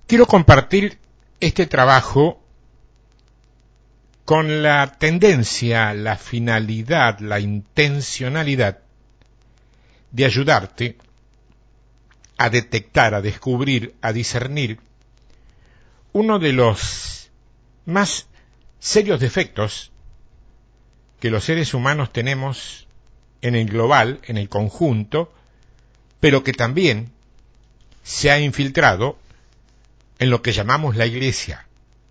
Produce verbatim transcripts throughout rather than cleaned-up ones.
Quiero compartir este trabajo con la tendencia, la finalidad, la intencionalidad de ayudarte a detectar, a descubrir, a discernir uno de los más serios defectos que los seres humanos tenemos en el global, en el conjunto, pero que también se ha infiltrado en lo que llamamos la Iglesia.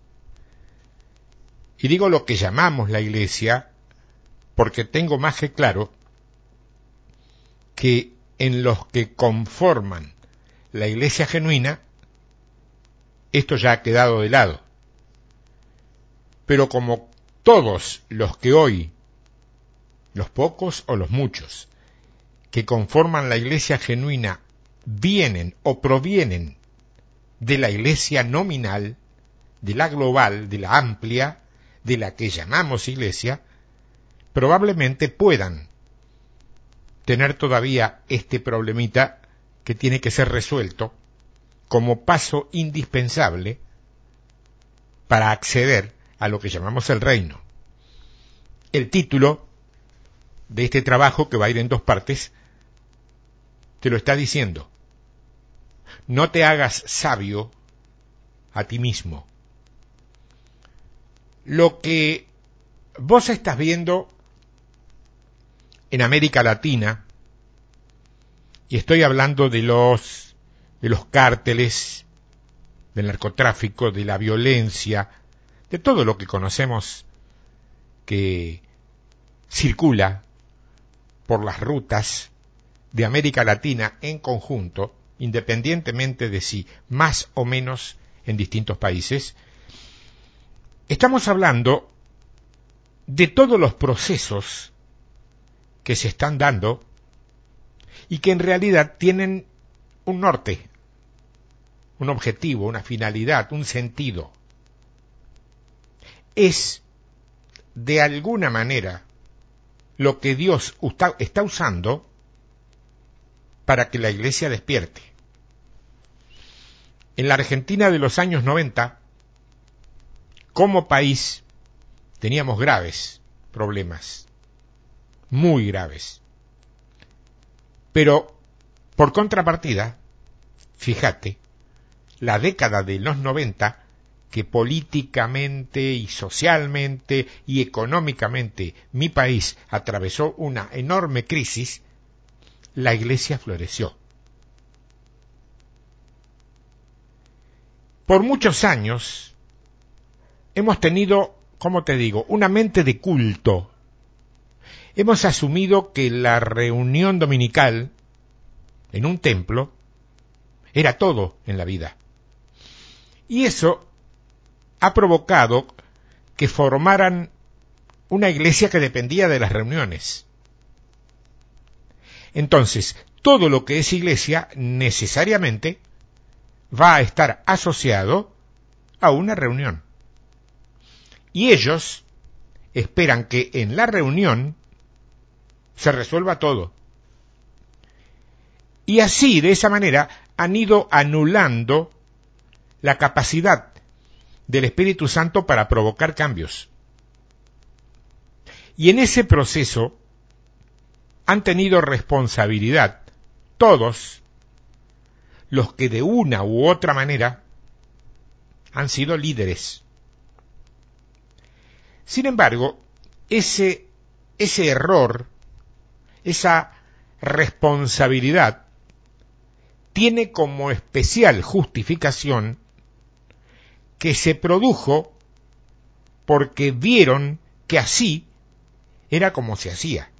Y digo lo que llamamos la Iglesia porque tengo más que claro que en los que conforman la Iglesia genuina, esto ya ha quedado de lado. Pero como todos los que hoy, los pocos o los muchos, que conforman la Iglesia genuina vienen o provienen de la Iglesia nominal, de la global, de la amplia, de la que llamamos Iglesia, probablemente puedan tener todavía este problemita que tiene que ser resuelto como paso indispensable para acceder a lo que llamamos el reino. El título de este trabajo, que va a ir en dos partes, te lo está diciendo. No te hagas sabio a ti mismo. Lo que vos estás viendo en América Latina, y estoy hablando de los, de los cárteles, del narcotráfico, de la violencia, de todo lo que conocemos que circula por las rutas de América Latina en conjunto, independientemente de si más o menos en distintos países, estamos hablando de todos los procesos que se están dando y que en realidad tienen un norte, un objetivo, una finalidad, un sentido. Es, de alguna manera, lo que Dios está usando para que la Iglesia despierte. En la Argentina de los años noventa, como país, teníamos graves problemas, muy graves. Pero, por contrapartida, fíjate, la década de los noventa, que políticamente y socialmente y económicamente mi país atravesó una enorme crisis, la Iglesia floreció. Por muchos años hemos tenido, ¿cómo te digo?, una mente de culto. Hemos asumido que la reunión dominical en un templo era todo en la vida. Y eso ha provocado que formaran una iglesia que dependía de las reuniones. Entonces, todo lo que es iglesia necesariamente va a estar asociado a una reunión. Y ellos esperan que en la reunión se resuelva todo. Y así, de esa manera, han ido anulando la capacidad del Espíritu Santo para provocar cambios. Y en ese proceso han tenido responsabilidad todos los que de una u otra manera han sido líderes. Sin embargo, ese, ese error, esa responsabilidad, tiene como especial justificación que se produjo porque vieron que así era como se hacía.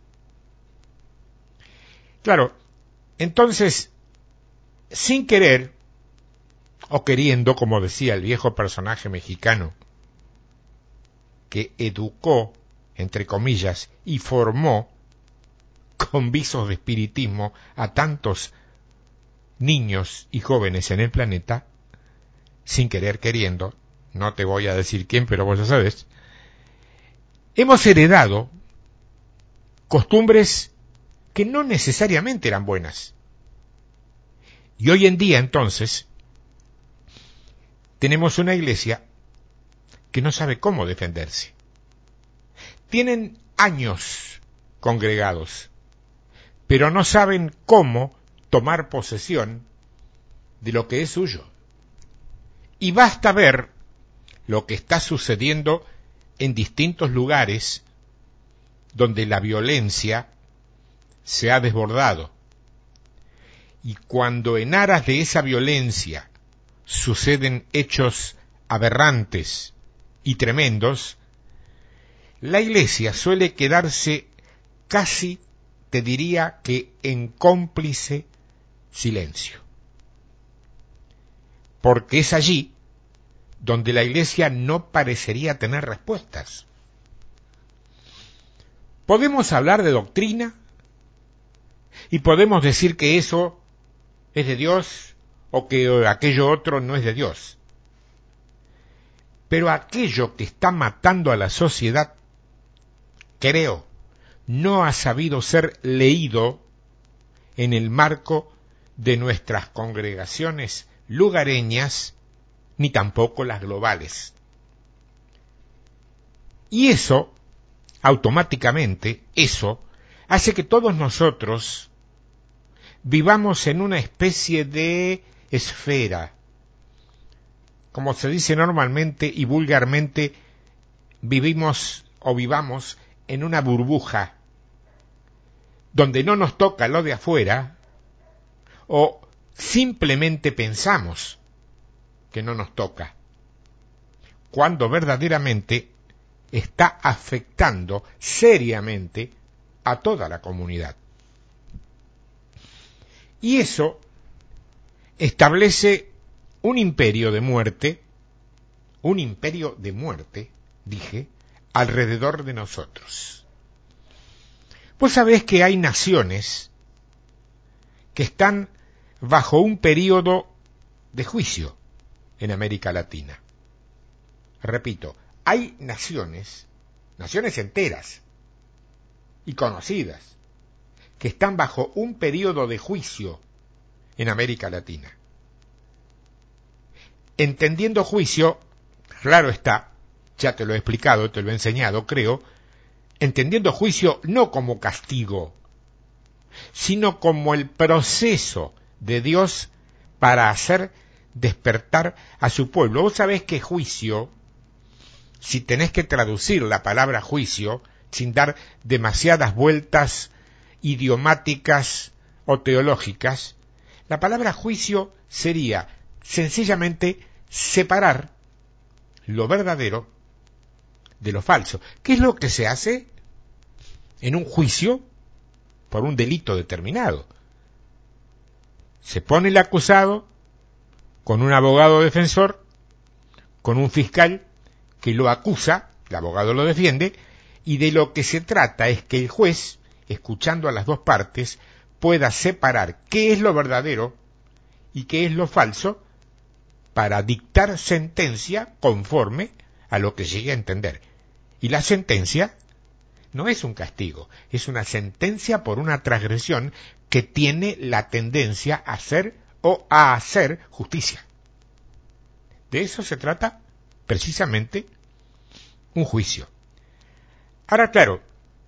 Claro, entonces, sin querer, o queriendo, como decía el viejo personaje mexicano, que educó, entre comillas, y formó con visos de espiritismo a tantos niños y jóvenes en el planeta, sin querer queriendo, no te voy a decir quién, pero vos ya sabes, hemos heredado costumbres que no necesariamente eran buenas. Y hoy en día, entonces, tenemos una iglesia que no sabe cómo defenderse. Tienen años congregados, pero no saben cómo tomar posesión de lo que es suyo. Y basta ver lo que está sucediendo en distintos lugares donde la violencia se ha desbordado. Y cuando en aras de esa violencia suceden hechos aberrantes y tremendos, la Iglesia suele quedarse casi, te diría que en cómplice silencio. Porque es allí donde la Iglesia no parecería tener respuestas. Podemos hablar de doctrina y podemos decir que eso es de Dios o que aquello otro no es de Dios. Pero aquello que está matando a la sociedad, creo, no ha sabido ser leído en el marco de nuestras congregaciones lugareñas, ni tampoco las globales. Y eso, automáticamente, eso, hace que todos nosotros vivamos en una especie de esfera. Como se dice normalmente y vulgarmente, vivimos o vivamos en una burbuja donde no nos toca lo de afuera o simplemente pensamos que no nos toca, cuando verdaderamente está afectando seriamente a toda la comunidad. Y eso establece un imperio de muerte, un imperio de muerte, dije, alrededor de nosotros. Vos sabés que hay naciones que están bajo un período de juicio en América Latina. Repito, hay naciones, naciones enteras y conocidas, que están bajo un período de juicio en América Latina. Entendiendo juicio, claro está, ya te lo he explicado, te lo he enseñado, creo, entendiendo juicio no como castigo, sino como el proceso de Dios para hacer despertar a su pueblo. Vos sabés que juicio, si tenés que traducir la palabra juicio, sin dar demasiadas vueltas idiomáticas o teológicas, la palabra juicio sería sencillamente separar lo verdadero de lo falso. ¿Qué es lo que se hace en un juicio por un delito determinado? Se pone el acusado con un abogado defensor, con un fiscal que lo acusa, el abogado lo defiende, y de lo que se trata es que el juez, escuchando a las dos partes, pueda separar qué es lo verdadero y qué es lo falso para dictar sentencia conforme a lo que llegue a entender. Y la sentencia no es un castigo, es una sentencia por una transgresión que tiene la tendencia a hacer o a hacer justicia. De eso se trata precisamente un juicio. Ahora, claro,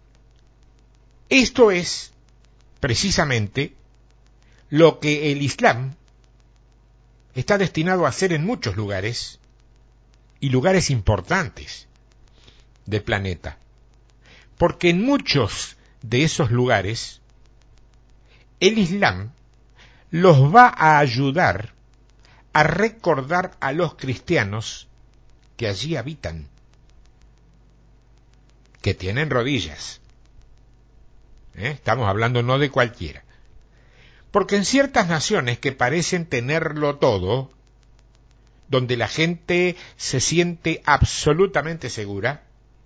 esto es precisamente lo que el Islam está destinado a hacer en muchos lugares, y lugares importantes del planeta. Porque en muchos de esos lugares, el Islam los va a ayudar a recordar a los cristianos que allí habitan, que tienen rodillas. ¿Eh? Estamos hablando no de cualquiera. Porque en ciertas naciones que parecen tenerlo todo, donde la gente se siente absolutamente segura,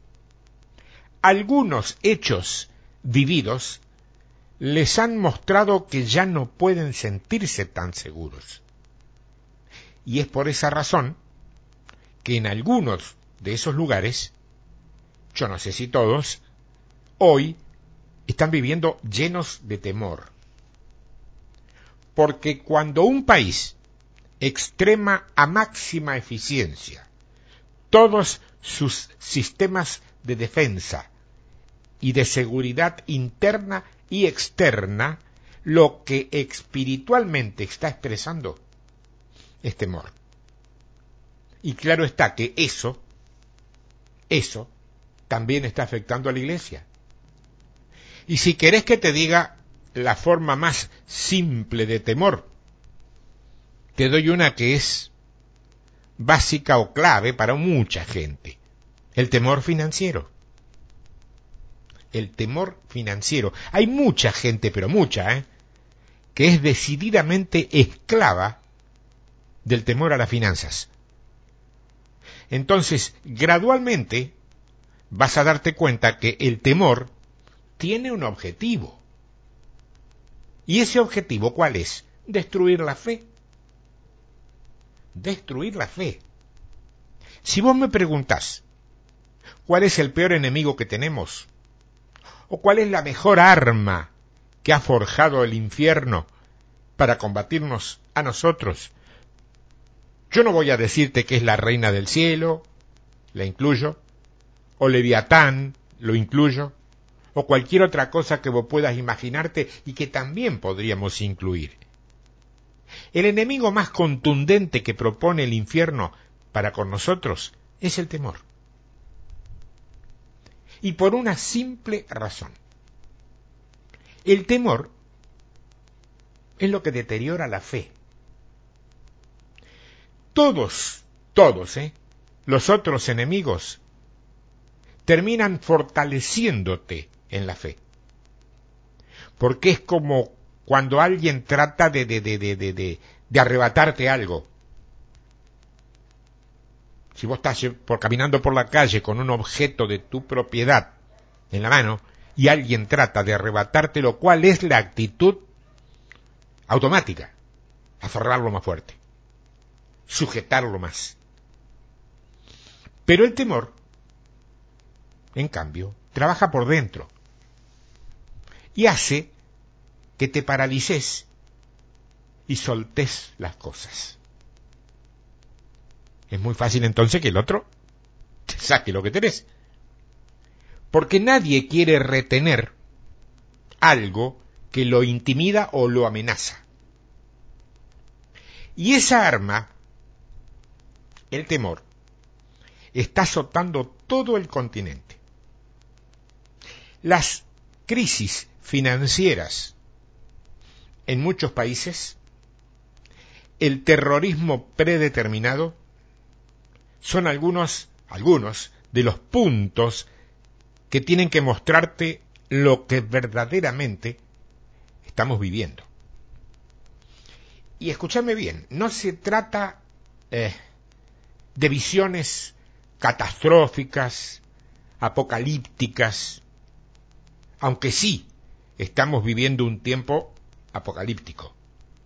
algunos hechos vividos les han mostrado que ya no pueden sentirse tan seguros. Y es por esa razón que en algunos de esos lugares, yo no sé si todos, hoy están viviendo llenos de temor. Porque cuando un país extrema a máxima eficiencia todos sus sistemas de defensa y de seguridad interna y externa, lo que espiritualmente está expresando es temor. Y claro está que eso, eso también está afectando a la iglesia. Y si querés que te diga la forma más simple de temor, te doy una que es básica o clave para mucha gente. El temor financiero. El temor financiero. Hay mucha gente, pero mucha, ¿eh?, que es decididamente esclava del temor a las finanzas. Entonces, gradualmente, vas a darte cuenta que el temor tiene un objetivo. ¿Y ese objetivo cuál es? Destruir la fe. Destruir la fe. Si vos me preguntás, ¿cuál es el peor enemigo que tenemos? ¿O cuál es la mejor arma que ha forjado el infierno para combatirnos a nosotros? Yo no voy a decirte que es la reina del cielo, la incluyo, o Leviatán, lo incluyo, o cualquier otra cosa que vos puedas imaginarte y que también podríamos incluir. El enemigo más contundente que propone el infierno para con nosotros es el temor. Y por una simple razón. El temor es lo que deteriora la fe. Todos, todos, ¿eh?, los otros enemigos terminan fortaleciéndote en la fe. Porque es como cuando alguien trata de, de, de, de, de, de, de arrebatarte algo. Si vos estás por, caminando por la calle con un objeto de tu propiedad en la mano y alguien trata de arrebatártelo, ¿cuál es la actitud automática? Aferrarlo más fuerte, sujetarlo más. Pero el temor, en cambio, trabaja por dentro y hace que te paralices y soltés las cosas. Es muy fácil entonces que el otro te saque lo que tenés. Porque nadie quiere retener algo que lo intimida o lo amenaza. Y esa arma, el temor, está azotando todo el continente. Las crisis financieras en muchos países, el terrorismo predeterminado, son algunos, algunos de los puntos que tienen que mostrarte lo que verdaderamente estamos viviendo. Y escúchame bien, no se trata eh, de visiones catastróficas, apocalípticas, aunque sí estamos viviendo un tiempo apocalíptico.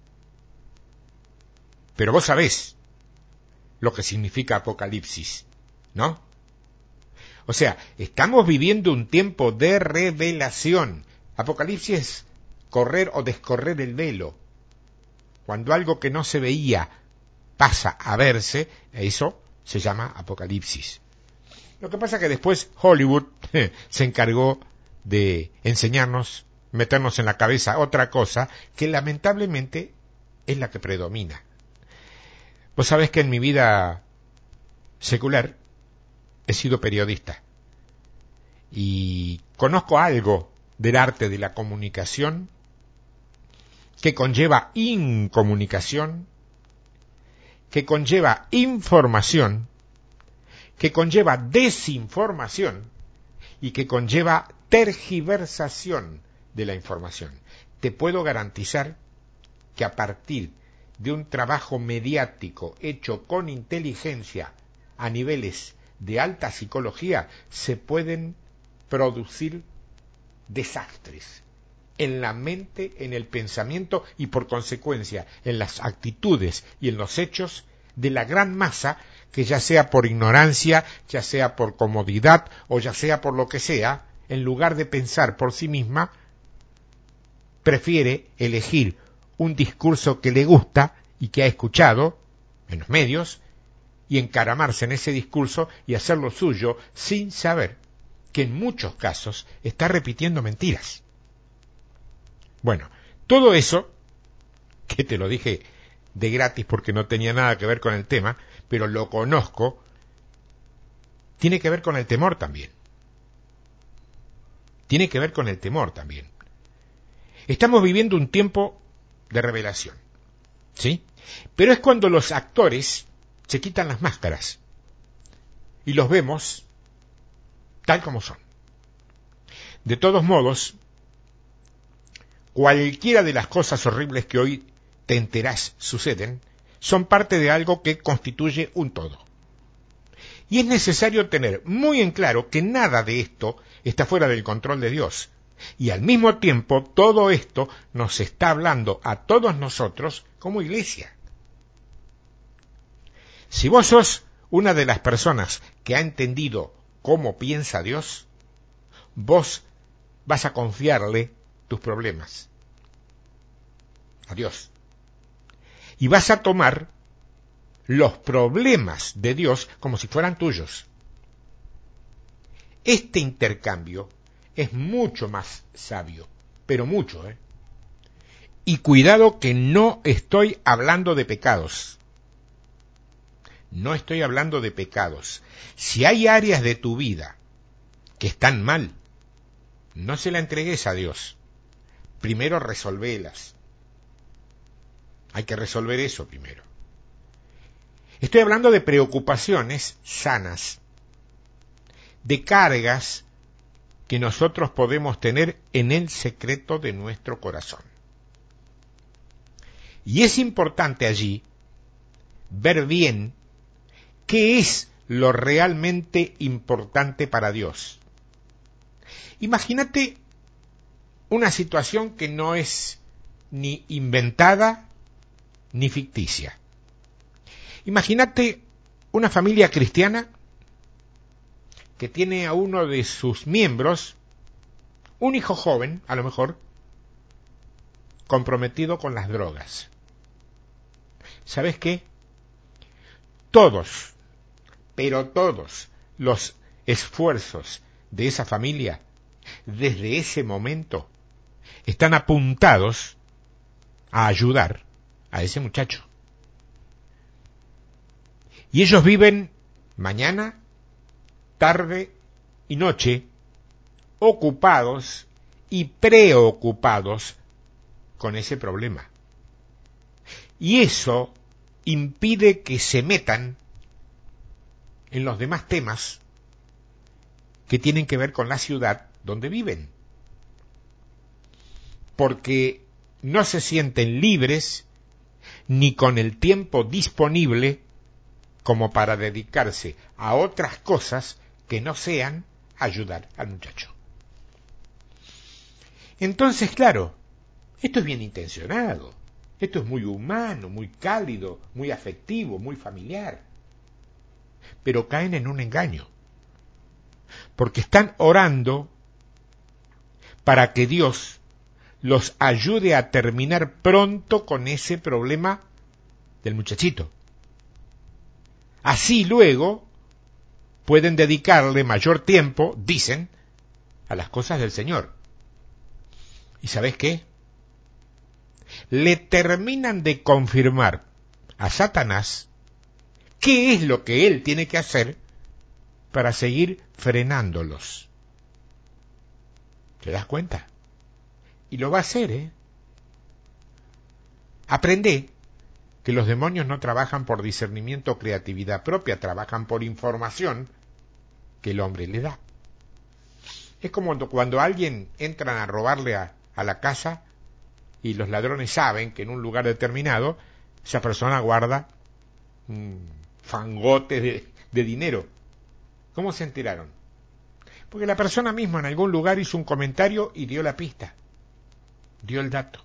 Pero vos sabés lo que significa apocalipsis, ¿no? O sea, estamos viviendo un tiempo de revelación. Apocalipsis es correr o descorrer el velo. Cuando algo que no se veía pasa a verse, eso se llama apocalipsis. Lo que pasa es que después Hollywood se encargó de enseñarnos, meternos en la cabeza otra cosa que lamentablemente es la que predomina. Vos sabés que en mi vida secular he sido periodista y conozco algo del arte de la comunicación que conlleva incomunicación, que conlleva información, que conlleva desinformación y que conlleva tergiversación de la información. Te puedo garantizar que a partir de un trabajo mediático hecho con inteligencia a niveles de alta psicología, se pueden producir desastres en la mente, en el pensamiento y por consecuencia en las actitudes y en los hechos de la gran masa que, ya sea por ignorancia, ya sea por comodidad o ya sea por lo que sea, en lugar de pensar por sí misma, prefiere elegir un discurso que le gusta y que ha escuchado en los medios, y encaramarse en ese discurso y hacerlo suyo sin saber que en muchos casos está repitiendo mentiras. Bueno, todo eso, que te lo dije de gratis porque no tenía nada que ver con el tema, pero lo conozco, tiene que ver con el temor también. Tiene que ver con el temor también. Estamos viviendo un tiempo de revelación, ¿sí? Pero es cuando los actores se quitan las máscaras y los vemos tal como son. De todos modos, cualquiera de las cosas horribles que hoy te enterás suceden, son parte de algo que constituye un todo. Y es necesario tener muy en claro que nada de esto está fuera del control de Dios. Y al mismo tiempo, todo esto nos está hablando a todos nosotros como iglesia. Si vos sos una de las personas que ha entendido cómo piensa Dios, vos vas a confiarle tus problemas a Dios. Y vas a tomar los problemas de Dios como si fueran tuyos. Este intercambio es mucho más sabio, pero mucho, ¿eh? Y cuidado que no estoy hablando de pecados. No estoy hablando de pecados. Si hay áreas de tu vida que están mal, no se la entregues a Dios. Primero resolvélas. Hay que resolver eso primero. Estoy hablando de preocupaciones sanas, de cargas que nosotros podemos tener en el secreto de nuestro corazón. Y es importante allí ver bien qué es lo realmente importante para Dios. Imagínate una situación que no es ni inventada ni ficticia. Imagínate una familia cristiana que tiene a uno de sus miembros, un hijo joven, a lo mejor, comprometido con las drogas. ¿Sabes qué? Todos, pero todos los esfuerzos de esa familia, desde ese momento, están apuntados a ayudar a ese muchacho. Y ellos viven mañana, tarde y noche, ocupados y preocupados con ese problema. Y eso impide que se metan en los demás temas que tienen que ver con la ciudad donde viven. Porque no se sienten libres ni con el tiempo disponible como para dedicarse a otras cosas que no sean ayudar al muchacho. Entonces, claro, esto es bien intencionado, esto es muy humano, muy cálido, muy afectivo, muy familiar. Pero caen en un engaño, porque están orando para que Dios los ayude a terminar pronto con ese problema del muchachito. Así luego pueden dedicarle mayor tiempo, dicen, a las cosas del Señor. ¿Y sabes qué? Le terminan de confirmar a Satanás qué es lo que él tiene que hacer para seguir frenándolos. ¿Te das cuenta? Y lo va a hacer, ¿eh? Aprende que los demonios no trabajan por discernimiento o creatividad propia, trabajan por información que el hombre le da. Es como cuando, cuando alguien entra a robarle a, a la casa y los ladrones saben que en un lugar determinado esa persona guarda un fangote de, de dinero. ¿Cómo se enteraron? Porque la persona misma en algún lugar hizo un comentario y dio la pista, dio el dato.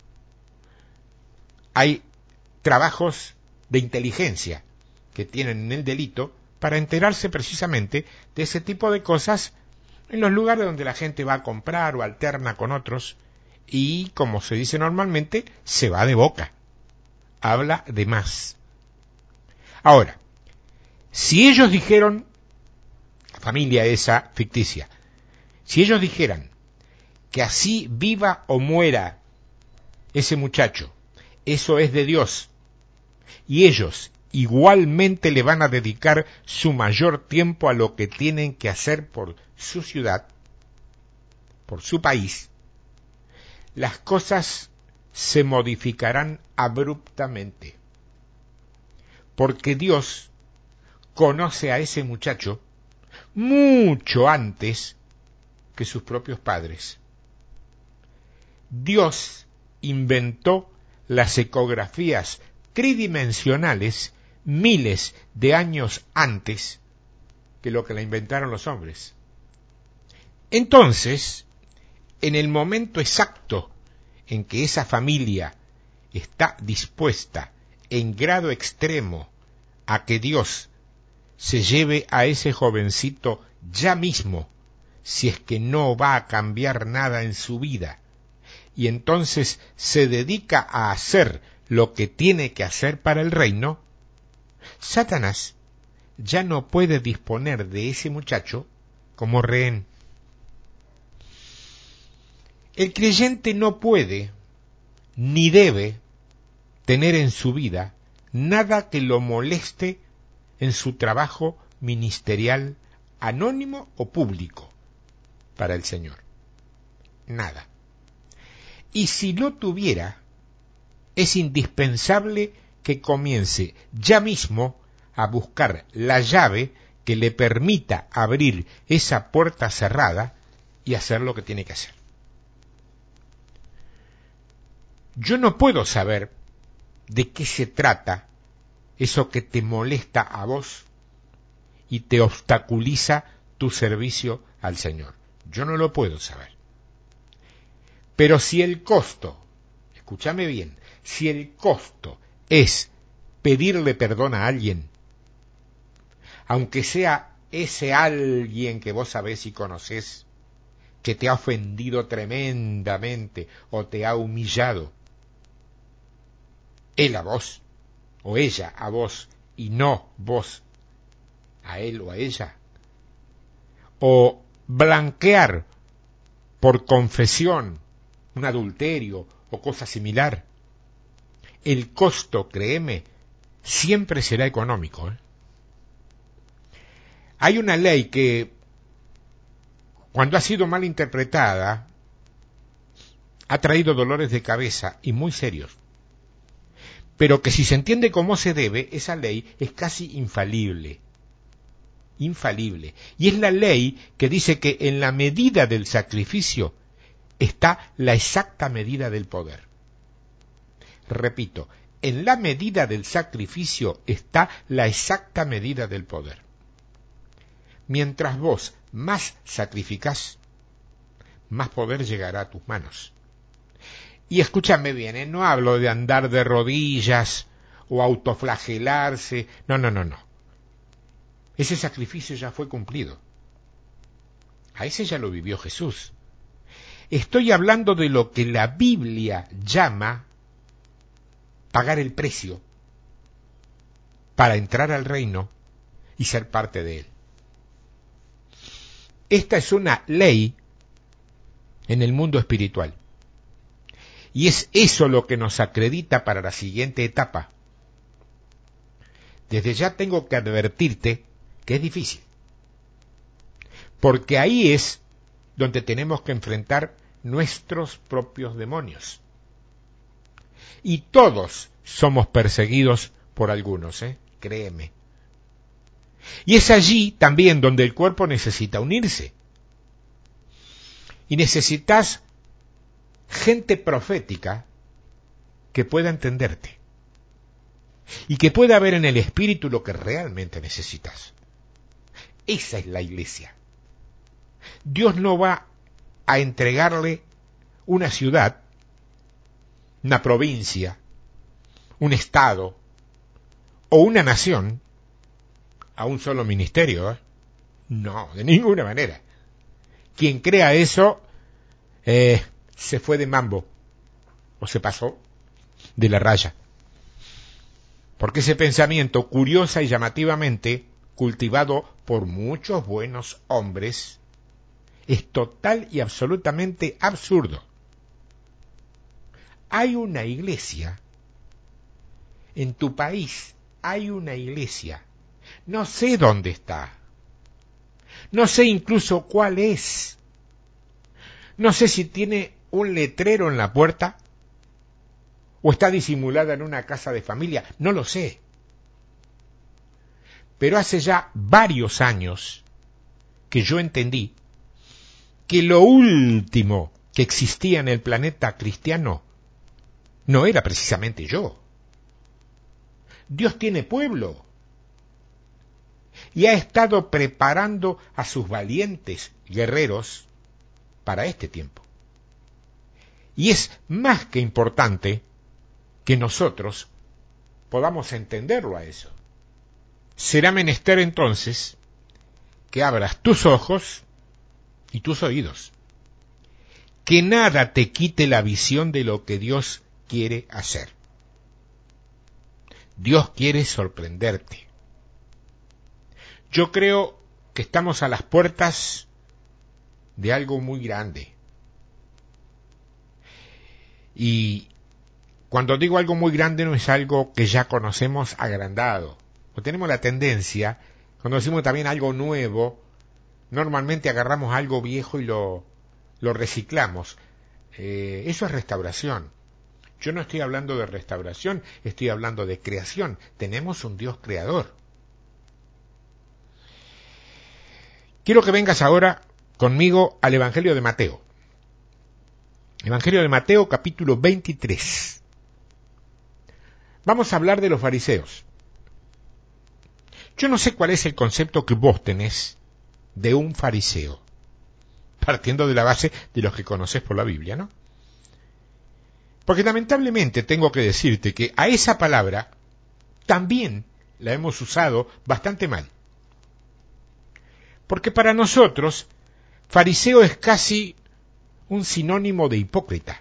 Hay trabajos de inteligencia que tienen en el delito para enterarse precisamente de ese tipo de cosas en los lugares donde la gente va a comprar o alterna con otros y, como se dice normalmente, se va de boca, habla de más. Ahora, si ellos dijeron, la familia esa ficticia, si ellos dijeran que así viva o muera ese muchacho, eso es de Dios, y ellos igualmente le van a dedicar su mayor tiempo a lo que tienen que hacer por su ciudad, por su país, las cosas se modificarán abruptamente, porque Dios conoce a ese muchacho mucho antes que sus propios padres. Dios inventó las ecografías tridimensionales miles de años antes que lo que la inventaron los hombres. Entonces, en el momento exacto en que esa familia está dispuesta en grado extremo a que Dios se lleve a ese jovencito ya mismo, si es que no va a cambiar nada en su vida, y entonces se dedica a hacer lo que tiene que hacer para el reino, Satanás ya no puede disponer de ese muchacho como rehén. El creyente no puede ni debe tener en su vida nada que lo moleste en su trabajo ministerial, anónimo o público, para el Señor. Nada. Y si lo tuviera, es indispensable que comience ya mismo a buscar la llave que le permita abrir esa puerta cerrada y hacer lo que tiene que hacer. Yo no puedo saber de qué se trata eso que te molesta a vos y te obstaculiza tu servicio al Señor. Yo no lo puedo saber. Pero si el costo, escúchame bien, si el costo es pedirle perdón a alguien, aunque sea ese alguien que vos sabés y conocés, que te ha ofendido tremendamente o te ha humillado, él a vos, o ella a vos, y no vos a él o a ella, o blanquear por confesión un adulterio o cosa similar, el costo, créeme, siempre será económico, ¿eh? Hay una ley que, cuando ha sido mal interpretada, ha traído dolores de cabeza y muy serios, pero que si se entiende cómo se debe, esa ley es casi infalible. Infalible. Y es la ley que dice que en la medida del sacrificio está la exacta medida del poder. Repito, en la medida del sacrificio está la exacta medida del poder. Mientras vos más sacrificás, más poder llegará a tus manos. Y escúchame bien, ¿eh? No hablo de andar de rodillas o autoflagelarse, no, no, no, no. Ese sacrificio ya fue cumplido. A ese ya lo vivió Jesús. Estoy hablando de lo que la Biblia llama pagar el precio para entrar al reino y ser parte de él. Esta es una ley en el mundo espiritual. Y es eso lo que nos acredita para la siguiente etapa. Desde ya tengo que advertirte que es difícil. Porque ahí es donde tenemos que enfrentar nuestros propios demonios. Y todos somos perseguidos por algunos, ¿eh? Créeme. Y es allí también donde el cuerpo necesita unirse. Y necesitas gente profética que pueda entenderte. Y que pueda ver en el espíritu lo que realmente necesitas. Esa es la iglesia. Dios no va a entregarle una ciudad, una provincia, un estado o una nación a un solo ministerio, ¿eh? No, de ninguna manera. Quien crea eso eh, se fue de mambo o se pasó de la raya. Porque ese pensamiento, curiosa y llamativamente, cultivado por muchos buenos hombres, es total y absolutamente absurdo. Hay una iglesia, en tu país hay una iglesia, no sé dónde está, no sé incluso cuál es, no sé si tiene un letrero en la puerta o está disimulada en una casa de familia, no lo sé. Pero hace ya varios años que yo entendí que lo último que existía en el planeta cristiano no era precisamente yo. Dios tiene pueblo y ha estado preparando a sus valientes guerreros para este tiempo. Y es más que importante que nosotros podamos entenderlo a eso. Será menester entonces que abras tus ojos y tus oídos. Que nada te quite la visión de lo que Dios quiere hacer. Dios quiere sorprenderte. Yo creo que estamos a las puertas de algo muy grande. Y cuando digo algo muy grande no es algo que ya conocemos agrandado. O tenemos la tendencia, cuando decimos también algo nuevo, normalmente agarramos algo viejo y lo, lo reciclamos. Eh, eso es restauración. Yo no estoy hablando de restauración, estoy hablando de creación. Tenemos un Dios creador. Quiero que vengas ahora conmigo al Evangelio de Mateo. Evangelio de Mateo, capítulo veintitrés. Vamos a hablar de los fariseos. Yo no sé cuál es el concepto que vos tenés de un fariseo, partiendo de la base de los que conocés por la Biblia, ¿no? Porque lamentablemente tengo que decirte que a esa palabra también la hemos usado bastante mal. Porque para nosotros, fariseo es casi un sinónimo de hipócrita.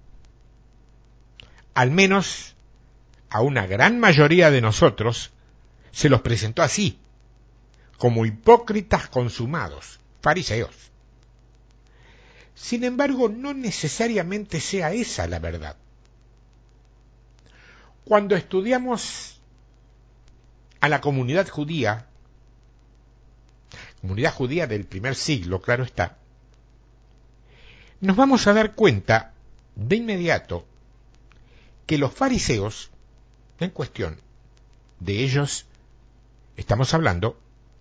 Al menos a una gran mayoría de nosotros se los presentó así, como hipócritas consumados, fariseos. Sin embargo, no necesariamente sea esa la verdad. Cuando estudiamos a la comunidad judía, comunidad judía del primer siglo, claro está, nos vamos a dar cuenta de inmediato que los fariseos en cuestión, de ellos estamos hablando,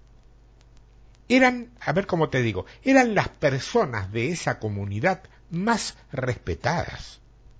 eran, a ver cómo te digo, eran las personas de esa comunidad más respetadas.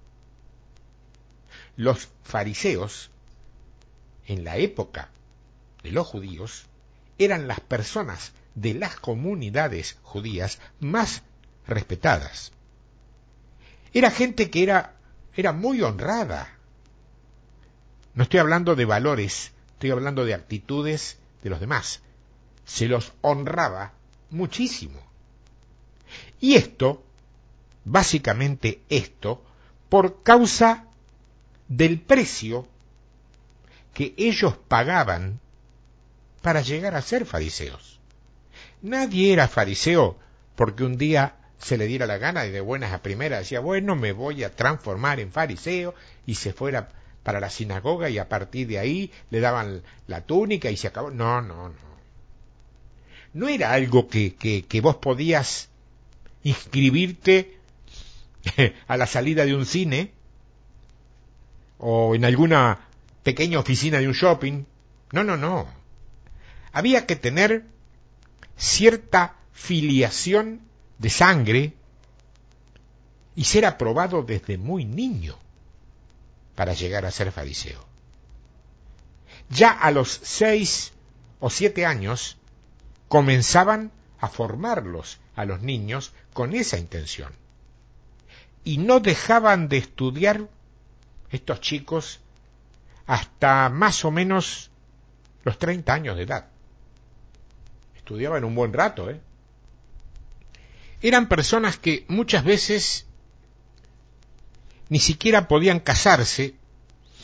Los fariseos, en la época de los judíos, eran las personas de las comunidades judías más respetadas. Era gente que era, era muy honrada. No estoy hablando de valores, estoy hablando de actitudes de los demás. Se los honraba muchísimo. Y esto, básicamente esto, por causa del precio que ellos pagaban para llegar a ser fariseos. Nadie era fariseo porque un día se le diera la gana y de buenas a primeras decía, bueno, me voy a transformar en fariseo, y se fuera para la sinagoga y a partir de ahí le daban la túnica y se acabó. No, no, no. No era algo que, que, que vos podías inscribirte a la salida de un cine o en alguna pequeña oficina de un shopping. No, no, no. Había que tener cierta filiación de sangre y ser aprobado desde muy niño para llegar a ser fariseo. Ya a los seis o siete años comenzaban a formarlos a los niños con esa intención. Y no dejaban de estudiar estos chicos hasta más o menos los treinta años de edad. Estudiaban un buen rato, ¿eh? Eran personas que muchas veces ni siquiera podían casarse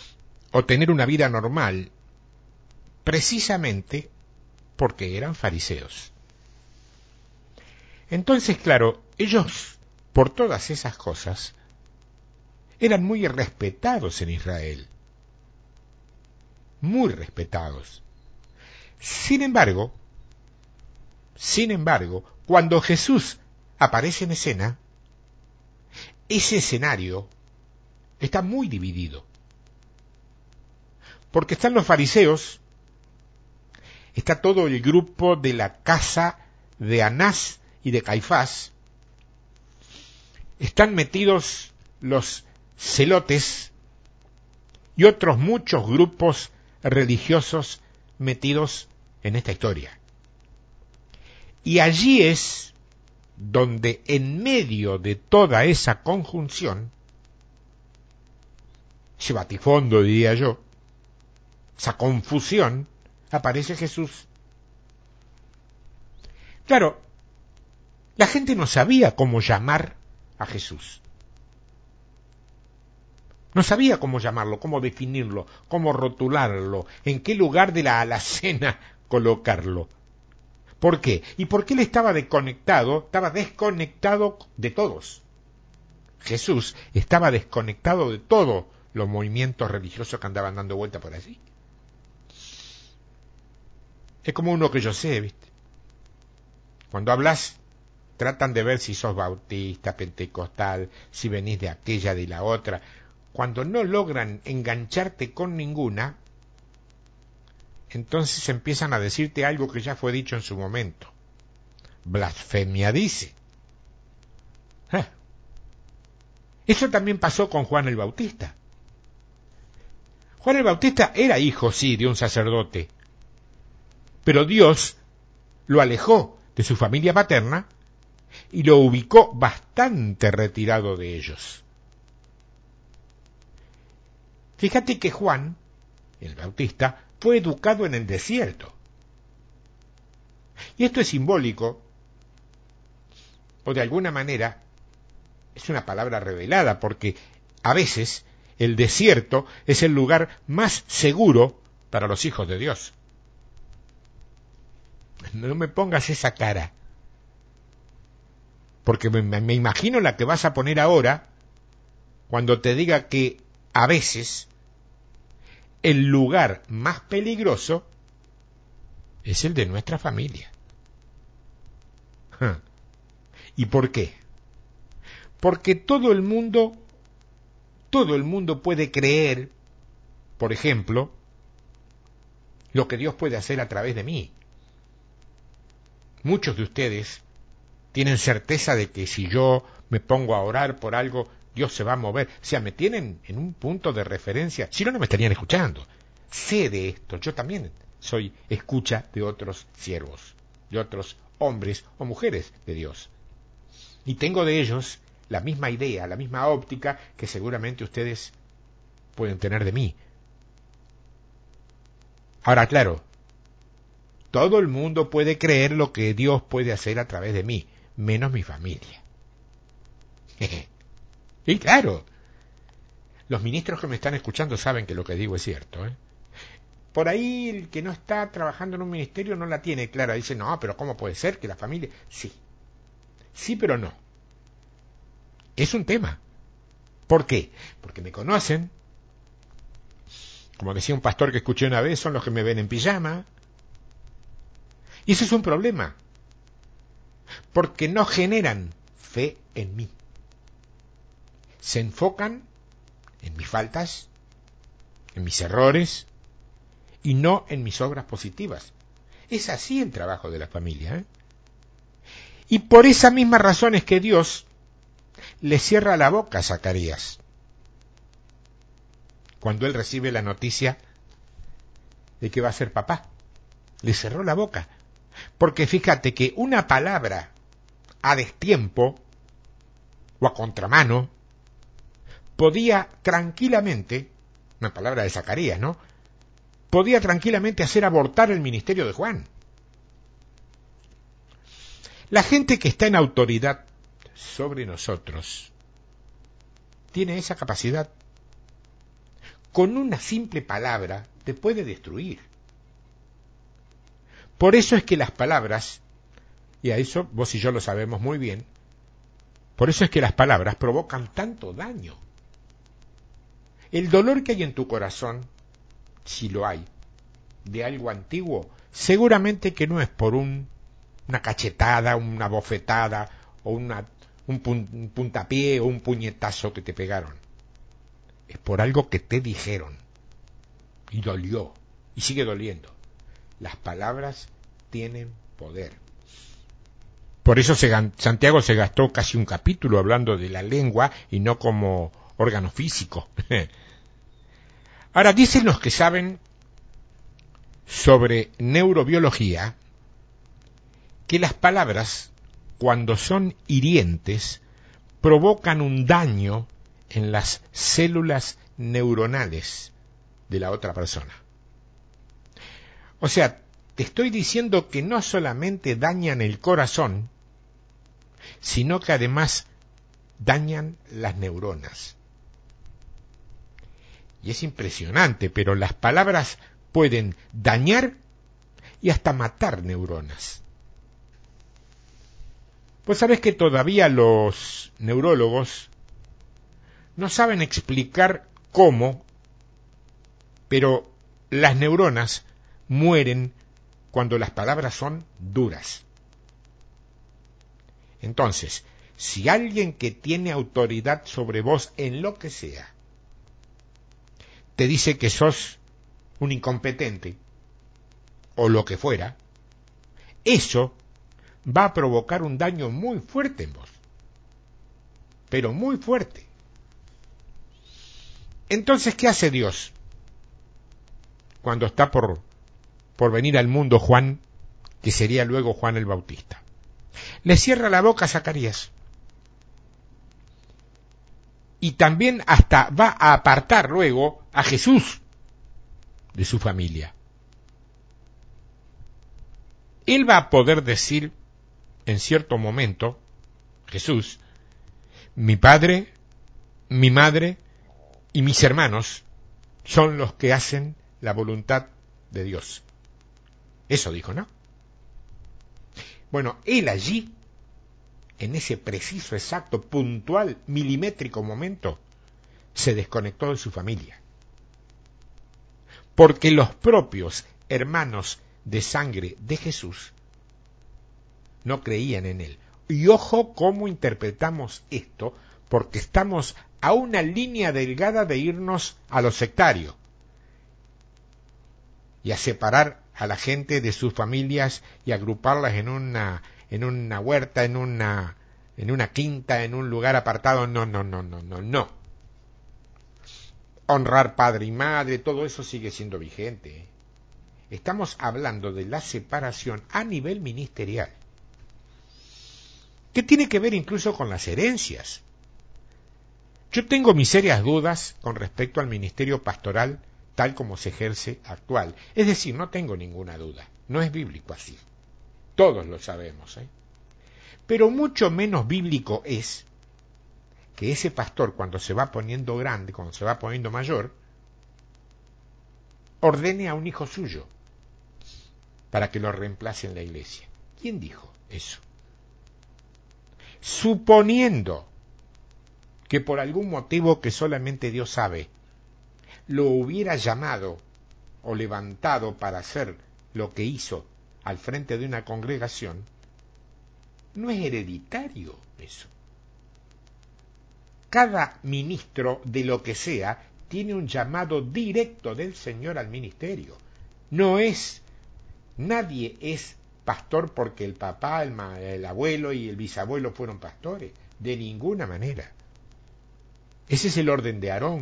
o tener una vida normal, precisamente porque eran fariseos. Entonces, claro, ellos, por todas esas cosas, eran muy respetados en Israel. Muy respetados. Sin embargo, sin embargo, cuando Jesús aparece en escena, ese escenario está muy dividido. Porque están los fariseos, está todo el grupo de la casa de Anás y de Caifás, están metidos los celotes y otros muchos grupos religiosos metidos en esta historia. Y allí es donde en medio de toda esa conjunción, ese batifondo diría yo, esa confusión, aparece Jesús. Claro, la gente no sabía cómo llamar a Jesús. No sabía cómo llamarlo, cómo definirlo, cómo rotularlo, en qué lugar de la alacena colocarlo. ¿Por qué? Y porque él estaba desconectado, estaba desconectado de todos. Jesús estaba desconectado de todos los movimientos religiosos que andaban dando vuelta por allí. Es como uno que yo sé, ¿viste? Cuando hablas, tratan de ver si sos bautista, pentecostal, si venís de aquella, de la otra. Cuando no logran engancharte con ninguna, entonces empiezan a decirte algo que ya fue dicho en su momento. Blasfemia dice. ¿Eh? Eso también pasó con Juan el Bautista. Juan el Bautista era hijo, sí, de un sacerdote, pero Dios lo alejó de su familia paterna y lo ubicó bastante retirado de ellos. Fíjate que Juan, el Bautista, fue educado en el desierto. Y esto es simbólico, o de alguna manera es una palabra revelada, porque a veces el desierto es el lugar más seguro para los hijos de Dios. No me pongas esa cara, porque me, me imagino la que vas a poner ahora cuando te diga que a veces el lugar más peligroso es el de nuestra familia. ¿Y por qué? Porque todo el mundo, todo el mundo puede creer, por ejemplo, lo que Dios puede hacer a través de mí. Muchos de ustedes tienen certeza de que si yo me pongo a orar por algo, Dios se va a mover. O sea, me tienen en un punto de referencia. Si no, no me estarían escuchando. Sé de esto. Yo también soy escucha de otros siervos, de otros hombres o mujeres de Dios. Y tengo de ellos la misma idea, la misma óptica que seguramente ustedes pueden tener de mí. Ahora, claro, todo el mundo puede creer lo que Dios puede hacer a través de mí, menos mi familia. Y claro, los ministros que me están escuchando saben que lo que digo es cierto, ¿eh? Por ahí el que no está trabajando en un ministerio no la tiene clara. Dice, no, pero ¿cómo puede ser que la familia...? Sí, sí, pero no. Es un tema. ¿Por qué? Porque me conocen. Como decía un pastor que escuché una vez, son los que me ven en pijama. Y ese es un problema. Porque no generan fe en mí. Se enfocan en mis faltas, en mis errores, y no en mis obras positivas. Es así el trabajo de la familia, ¿eh? Y por esa misma razón es que Dios le cierra la boca a Zacarías cuando él recibe la noticia de que va a ser papá. Le cerró la boca. Porque fíjate que una palabra a destiempo o a contramano podía tranquilamente, una palabra de Zacarías, ¿no?, podía tranquilamente hacer abortar el ministerio de Juan. La gente que está en autoridad sobre nosotros tiene esa capacidad. con una simple palabra te puede destruir. Por eso es que las palabras, y a eso vos y yo lo sabemos muy bien, por eso es que las palabras provocan tanto daño. El dolor que hay en tu corazón, si lo hay, de algo antiguo, seguramente que no es por un, una cachetada, una bofetada, o una, un, pun, un puntapié o un puñetazo que te pegaron. Es por algo que te dijeron. Y dolió. Y sigue doliendo. Las palabras tienen poder. Por eso se, Santiago se gastó casi un capítulo hablando de la lengua y no como órgano físico. Ahora, dicen los que saben sobre neurobiología que las palabras, cuando son hirientes, provocan un daño en las células neuronales de la otra persona. O sea, te estoy diciendo que no solamente dañan el corazón, sino que además dañan las neuronas. Y es impresionante, pero las palabras pueden dañar y hasta matar neuronas. Pues sabes que todavía los neurólogos no saben explicar cómo, pero las neuronas mueren cuando las palabras son duras. Entonces, si alguien que tiene autoridad sobre vos en lo que sea, te dice que sos un incompetente, o lo que fuera, eso va a provocar un daño muy fuerte en vos, pero muy fuerte. Entonces, ¿qué hace Dios cuando está por, por venir al mundo Juan, que sería luego Juan el Bautista? Le cierra la boca a Zacarías. Y también hasta va a apartar luego a Jesús de su familia. Él va a poder decir en cierto momento, Jesús, mi padre, mi madre y mis hermanos son los que hacen la voluntad de Dios. Eso dijo, ¿no? Bueno, él allí, en ese preciso, exacto, puntual, milimétrico momento, se desconectó de su familia. Porque los propios hermanos de sangre de Jesús no creían en él. Y ojo cómo interpretamos esto, porque estamos a una línea delgada de irnos a lo sectario y a separar a la gente de sus familias y agruparlas en una en una huerta, en una en una quinta, en un lugar apartado. No, no, no, no, no, no. Honrar padre y madre, todo eso sigue siendo vigente, ¿eh? Estamos hablando de la separación a nivel ministerial, que tiene que ver incluso con las herencias. Yo tengo mis serias dudas con respecto al ministerio pastoral tal como se ejerce actual. Es decir, no tengo ninguna duda. No es bíblico así. Todos lo sabemos, ¿eh? Pero mucho menos bíblico es que ese pastor, cuando se va poniendo grande, cuando se va poniendo mayor, ordene a un hijo suyo para que lo reemplace en la iglesia. ¿Quién dijo eso? Suponiendo que por algún motivo que solamente Dios sabe, lo hubiera llamado o levantado para hacer lo que hizo al frente de una congregación, no es hereditario eso. Cada ministro de lo que sea tiene un llamado directo del Señor al ministerio. No es, nadie es pastor porque el papá, el, ma, el abuelo y el bisabuelo fueron pastores. De ninguna manera. Ese es el orden de Aarón.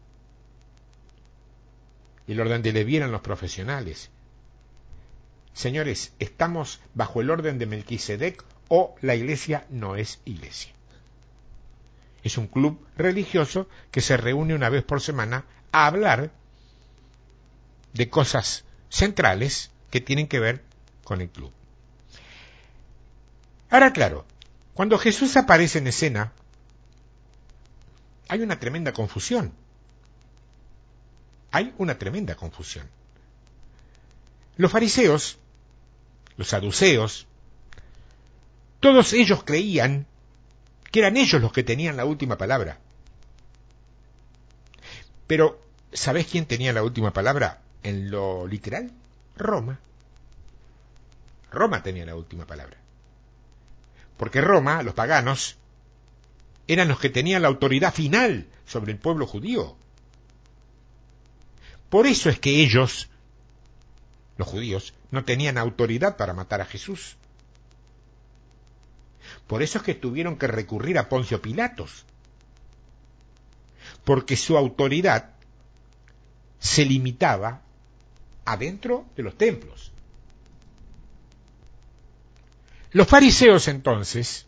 El orden de Leví eran los profesionales. Señores, ¿estamos bajo el orden de Melquisedec o la iglesia no es iglesia? Es un club religioso que se reúne una vez por semana a hablar de cosas centrales que tienen que ver con el club. Ahora, claro, cuando Jesús aparece en escena, hay una tremenda confusión. hay una tremenda confusión. Los fariseos, los saduceos, todos ellos creían que eran ellos los que tenían la última palabra. Pero, ¿sabés quién tenía la última palabra en lo literal? Roma. Roma tenía la última palabra. Porque Roma, los paganos, eran los que tenían la autoridad final sobre el pueblo judío. Por eso es que ellos, los judíos, no tenían autoridad para matar a Jesús. Por eso es que tuvieron que recurrir a Poncio Pilatos. Porque su autoridad se limitaba adentro de los templos. Los fariseos entonces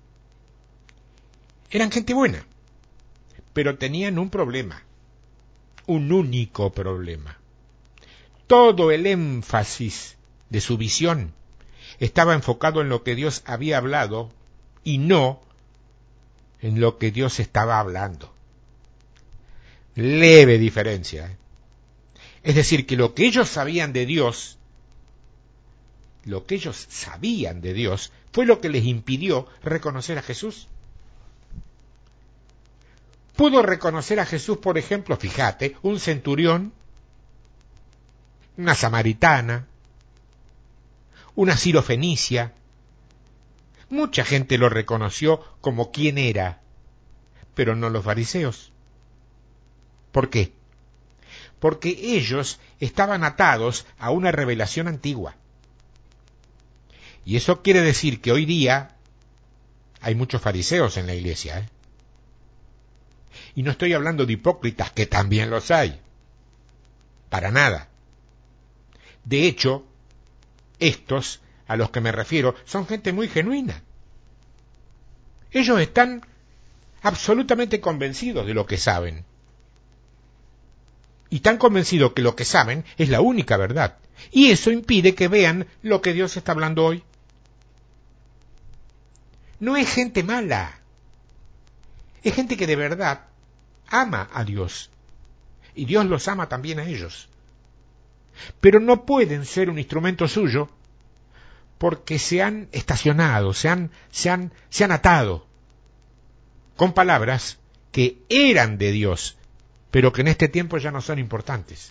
eran gente buena, pero tenían un problema, un único problema. Todo el énfasis de su visión estaba enfocado en lo que Dios había hablado y no en lo que Dios estaba hablando. Leve diferencia, ¿eh? Es decir, que lo que ellos sabían de Dios, lo que ellos sabían de Dios, fue lo que les impidió reconocer a Jesús. Pudo reconocer a Jesús, por ejemplo, fíjate, un centurión, una samaritana, una sirofenicia. Mucha gente lo reconoció como quien era, pero no los fariseos. ¿Por qué? Porque ellos estaban atados a una revelación antigua. Y eso quiere decir que hoy día hay muchos fariseos en la iglesia, ¿eh? Y no estoy hablando de hipócritas, que también los hay. Para nada. De hecho, estos a los que me refiero son gente muy genuina. Ellos están absolutamente convencidos de lo que saben. Y tan convencidos que lo que saben es la única verdad. Y eso impide que vean lo que Dios está hablando hoy. No es gente mala. Es gente que de verdad ama a Dios. Y Dios los ama también a ellos. Pero no pueden ser un instrumento suyo porque se han estacionado, se han, se han, se han atado con palabras que eran de Dios, pero que en este tiempo ya no son importantes.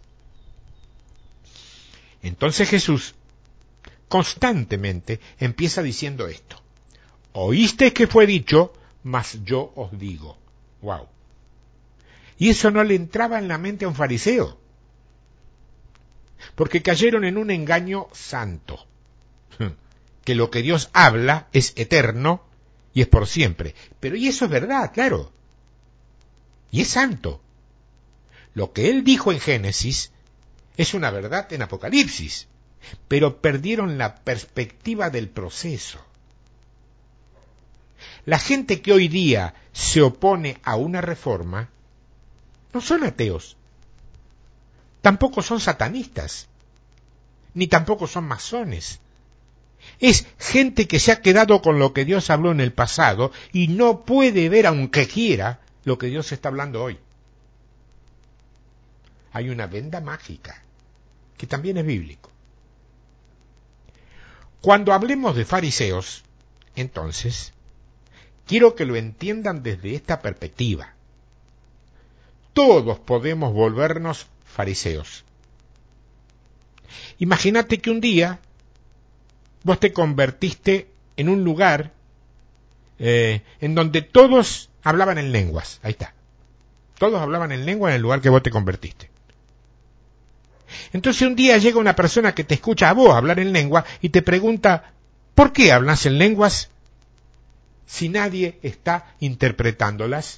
Entonces Jesús constantemente empieza diciendo esto. Oísteis que fue dicho, mas yo os digo. Wow. Y eso no le entraba en la mente a un fariseo, porque cayeron en un engaño santo, que lo que Dios habla es eterno y es por siempre. Pero y eso es verdad, claro. Y es santo. Lo que él dijo en Génesis es una verdad en Apocalipsis, pero perdieron la perspectiva del proceso. La gente que hoy día se opone a una reforma no son ateos, tampoco son satanistas, ni tampoco son masones. Es gente que se ha quedado con lo que Dios habló en el pasado y no puede ver, aunque quiera, lo que Dios está hablando hoy. Hay una venda mágica, que también es bíblico. Cuando hablemos de fariseos, entonces, quiero que lo entiendan desde esta perspectiva. Todos podemos volvernos fariseos. Imagínate que un día vos te convertiste en un lugar eh, en donde todos hablaban en lenguas. Ahí está. Todos hablaban en lengua en el lugar que vos te convertiste. Entonces un día llega una persona que te escucha a vos hablar en lengua y te pregunta, ¿por qué hablas en lenguas si nadie está interpretándolas?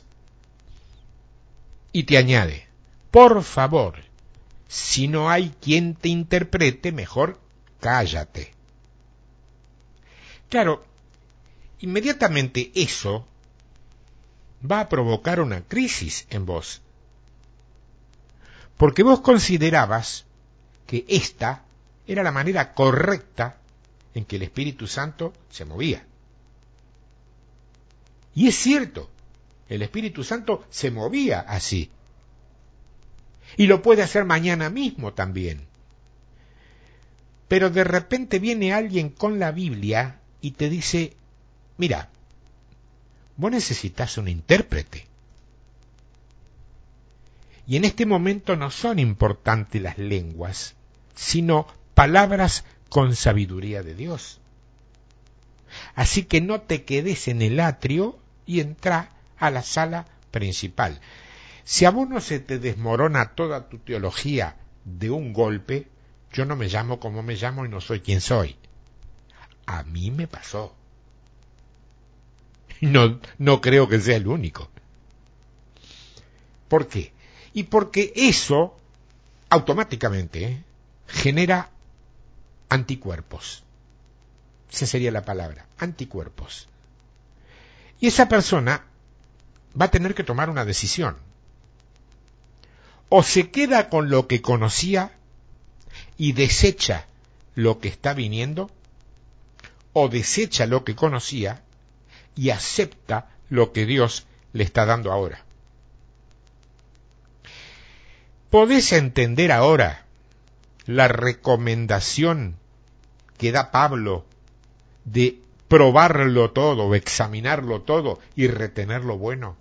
Y te añade, por favor, si no hay quien te interprete, mejor cállate. Claro, inmediatamente eso va a provocar una crisis en vos. Porque vos considerabas que esta era la manera correcta en que el Espíritu Santo se movía. Y es cierto, el Espíritu Santo se movía así. Y lo puede hacer mañana mismo también. Pero de repente viene alguien con la Biblia y te dice, mira, vos necesitas un intérprete. Y en este momento no son importantes las lenguas, sino palabras con sabiduría de Dios. Así que no te quedes en el atrio y entra a la sala principal. Si a vos no se te desmorona toda tu teología de un golpe, yo no me llamo como me llamo y no soy quien soy. A mí me pasó. No, no creo que sea el único. ¿Por qué? Y porque eso automáticamente ¿eh? genera anticuerpos. Esa sería la palabra, anticuerpos. Y esa persona va a tener que tomar una decisión. O se queda con lo que conocía y desecha lo que está viniendo, o desecha lo que conocía y acepta lo que Dios le está dando ahora. ¿Podés entender ahora la recomendación que da Pablo de probarlo todo, examinarlo todo y retener lo bueno?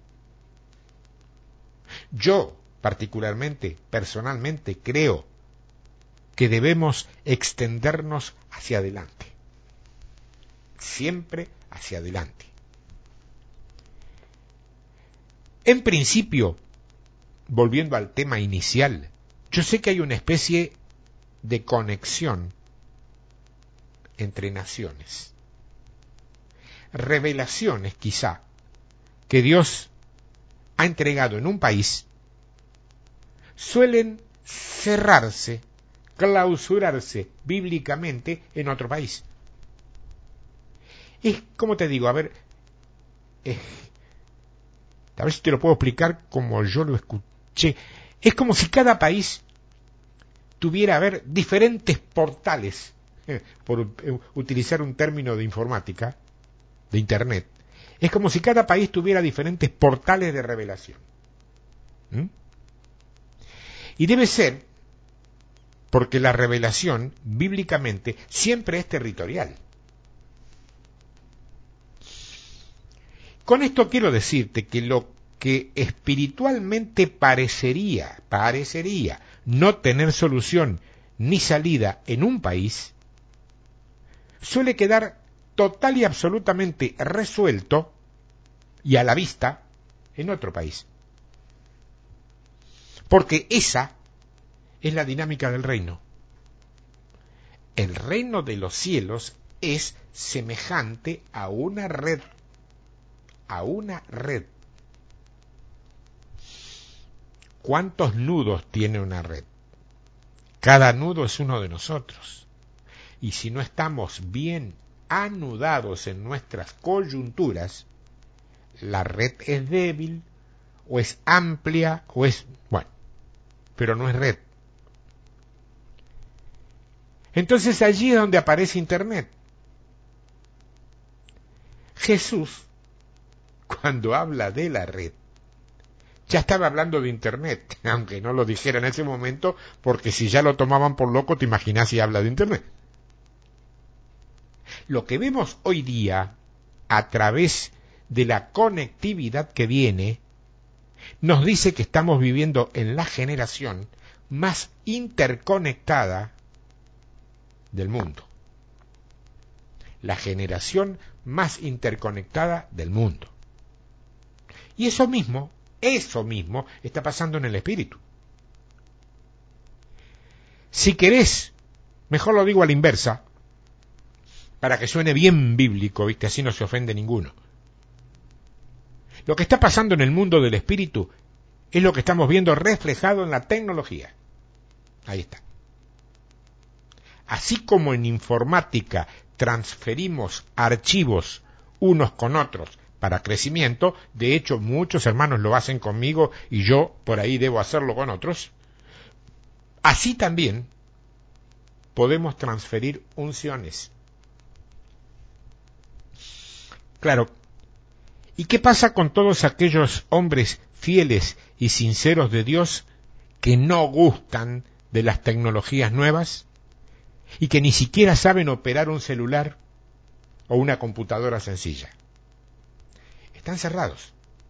Yo, particularmente, personalmente, creo que debemos extendernos hacia adelante. Siempre hacia adelante. En principio, volviendo al tema inicial, yo sé que hay una especie de conexión entre naciones. Revelaciones, quizá, que Dios ha entregado en un país, suelen cerrarse, clausurarse bíblicamente en otro país. Es como te digo, a ver, eh, a ver si te lo puedo explicar como yo lo escuché. Es como si cada país tuviera, a ver, diferentes portales, eh, por eh, utilizar un término de informática, de Internet. Es como si cada país tuviera diferentes portales de revelación. ¿Mm? Y debe ser porque la revelación, bíblicamente, siempre es territorial. Con esto quiero decirte que lo que espiritualmente parecería, parecería no tener solución ni salida en un país, suele quedar total y absolutamente resuelto y a la vista en otro país. Porque esa es la dinámica del reino. El reino de los cielos es semejante a una red, a una red. ¿Cuántos nudos tiene una red? Cada nudo es uno de nosotros. Y si no estamos bien anudados en nuestras coyunturas, la red es débil, o es amplia, o es... bueno, pero no es red. Entonces allí es donde aparece Internet. Jesús, cuando habla de la red, ya estaba hablando de Internet, aunque no lo dijera en ese momento, porque si ya lo tomaban por loco, te imaginas si habla de Internet. Lo que vemos hoy día, a través de la conectividad que viene, nos dice que estamos viviendo en la generación más interconectada del mundo. La generación más interconectada del mundo. Y eso mismo, eso mismo está pasando en el espíritu. Si querés, mejor lo digo a la inversa, para que suene bien bíblico, ¿viste? Así no se ofende ninguno. Lo que está pasando en el mundo del espíritu es lo que estamos viendo reflejado en la tecnología. Ahí está. Así como en informática transferimos archivos unos con otros para crecimiento, de hecho muchos hermanos lo hacen conmigo y yo por ahí debo hacerlo con otros, así también podemos transferir unciones. Claro, ¿y qué pasa con todos aquellos hombres fieles y sinceros de Dios que no gustan de las tecnologías nuevas y que ni siquiera saben operar un celular o una computadora sencilla. Están cerrados.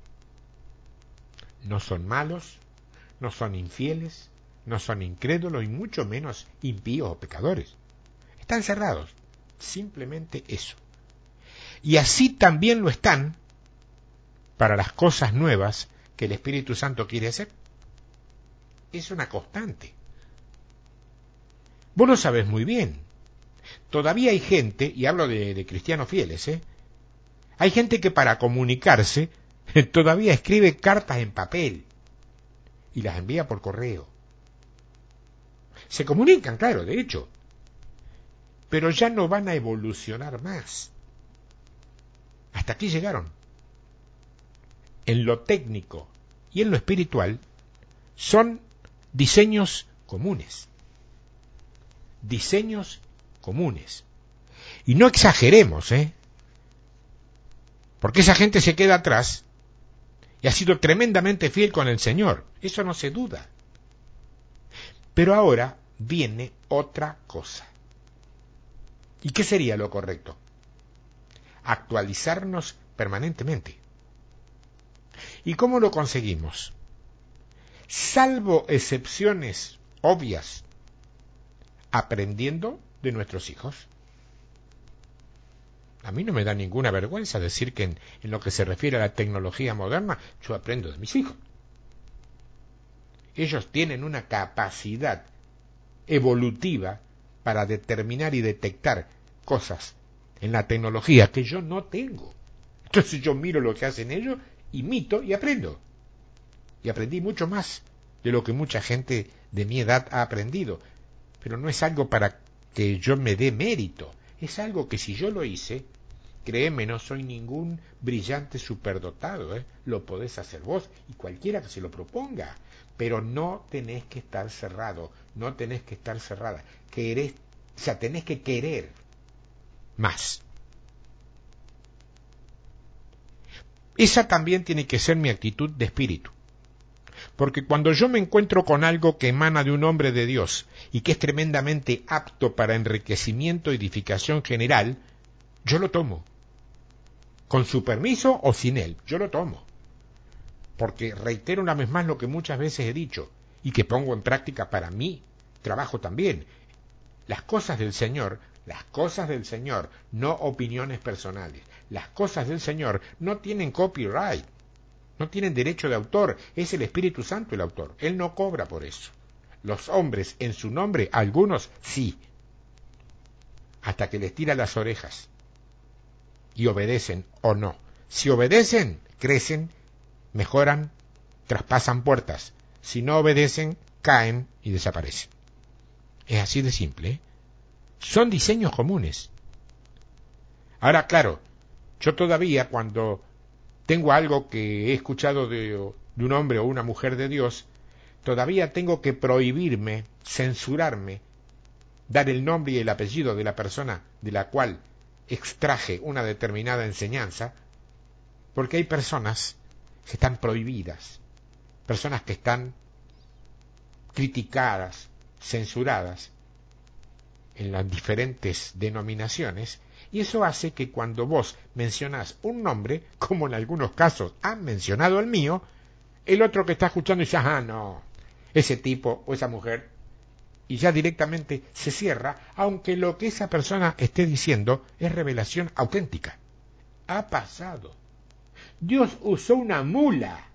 No son malos, no son infieles, no son incrédulos y mucho menos impíos o pecadores. Están cerrados. Simplemente eso. Y así también lo están para las cosas nuevas que el Espíritu Santo quiere hacer. Es una constante. Vos lo sabés muy bien. Todavía hay gente, y hablo de, de cristianos fieles, ¿eh? Hay gente que para comunicarse todavía escribe cartas en papel y las envía por correo. Se comunican, claro, de hecho, pero ya no van a evolucionar más. Hasta aquí llegaron. En lo técnico y en lo espiritual son diseños comunes. Diseños comunes. Y no exageremos, ¿eh? Porque esa gente se queda atrás y ha sido tremendamente fiel con el Señor. Eso no se duda. Pero ahora viene otra cosa. ¿Y qué sería lo correcto? Actualizarnos permanentemente. ¿Y cómo lo conseguimos? Salvo excepciones obvias, aprendiendo de nuestros hijos. A mí no me da ninguna vergüenza decir que en, en lo que se refiere a la tecnología moderna, yo aprendo de mis hijos. Ellos tienen una capacidad evolutiva para determinar y detectar cosas en la tecnología que yo no tengo. Entonces yo miro lo que hacen ellos, imito y aprendo. Y aprendí mucho más de lo que mucha gente de mi edad ha aprendido. Pero no es algo para que yo me dé mérito. Es algo que si yo lo hice, créeme, no soy ningún brillante superdotado, ¿eh? Lo podés hacer vos y cualquiera que se lo proponga. Pero no tenés que estar cerrado, no tenés que estar cerrada. Querés, o sea, tenés que querer más. Esa también tiene que ser mi actitud de espíritu. Porque cuando yo me encuentro con algo que emana de un hombre de Dios y que es tremendamente apto para enriquecimiento y edificación general, yo lo tomo. Con su permiso o sin él, yo lo tomo. Porque reitero una vez más lo que muchas veces he dicho y que pongo en práctica para mí, trabajo también. Las cosas del Señor, las cosas del Señor, no opiniones personales. Las cosas del Señor no tienen copyright. No tienen derecho de autor, es el Espíritu Santo el autor. Él no cobra por eso. Los hombres en su nombre, algunos sí, hasta que les tira las orejas y obedecen o no. Si obedecen, crecen, mejoran, traspasan puertas. Si no obedecen, caen y desaparecen. Es así de simple, ¿eh? Son diseños comunes. Ahora, claro, yo todavía cuando tengo algo que he escuchado de, de un hombre o una mujer de Dios, todavía tengo que prohibirme, censurarme, dar el nombre y el apellido de la persona de la cual extraje una determinada enseñanza, porque hay personas que están prohibidas, personas que están criticadas, censuradas en las diferentes denominaciones. Y eso hace que cuando vos mencionás un nombre, como en algunos casos han mencionado el mío, el otro que está escuchando dice, ah, no, ese tipo o esa mujer, y ya directamente se cierra, aunque lo que esa persona esté diciendo es revelación auténtica. Ha pasado. Dios usó una mula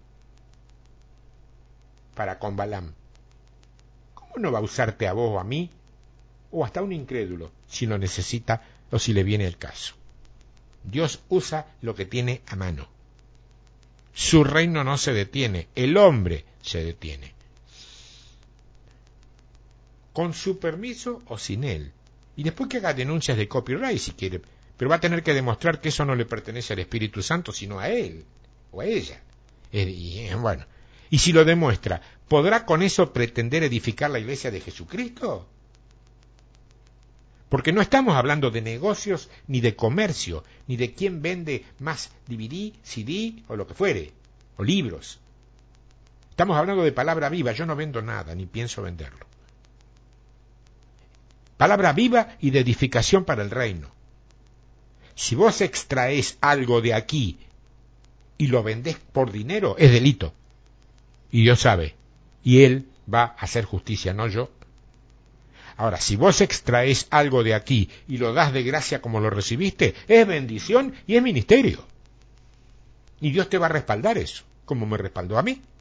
para con Balaam. ¿Cómo no va a usarte a vos o a mí, o hasta a un incrédulo, si lo necesita o si le viene el caso? Dios usa lo que tiene a mano. Su reino no se detiene, el hombre se detiene. Con su permiso o sin él. Y después que haga denuncias de copyright si quiere, pero va a tener que demostrar que eso no le pertenece al Espíritu Santo, sino a él o a ella. Y bueno, y si lo demuestra, ¿podrá con eso pretender edificar la iglesia de Jesucristo? Porque no estamos hablando de negocios, ni de comercio, ni de quién vende más D V D, C D o lo que fuere, o libros. Estamos hablando de palabra viva, yo no vendo nada, ni pienso venderlo. Palabra viva y de edificación para el reino. Si vos extraés algo de aquí y lo vendés por dinero, es delito. Y Dios sabe. Y Él va a hacer justicia, no yo. Ahora, si vos extraés algo de aquí y lo das de gracia como lo recibiste, es bendición y es ministerio. Y Dios te va a respaldar eso, como me respaldó a mí.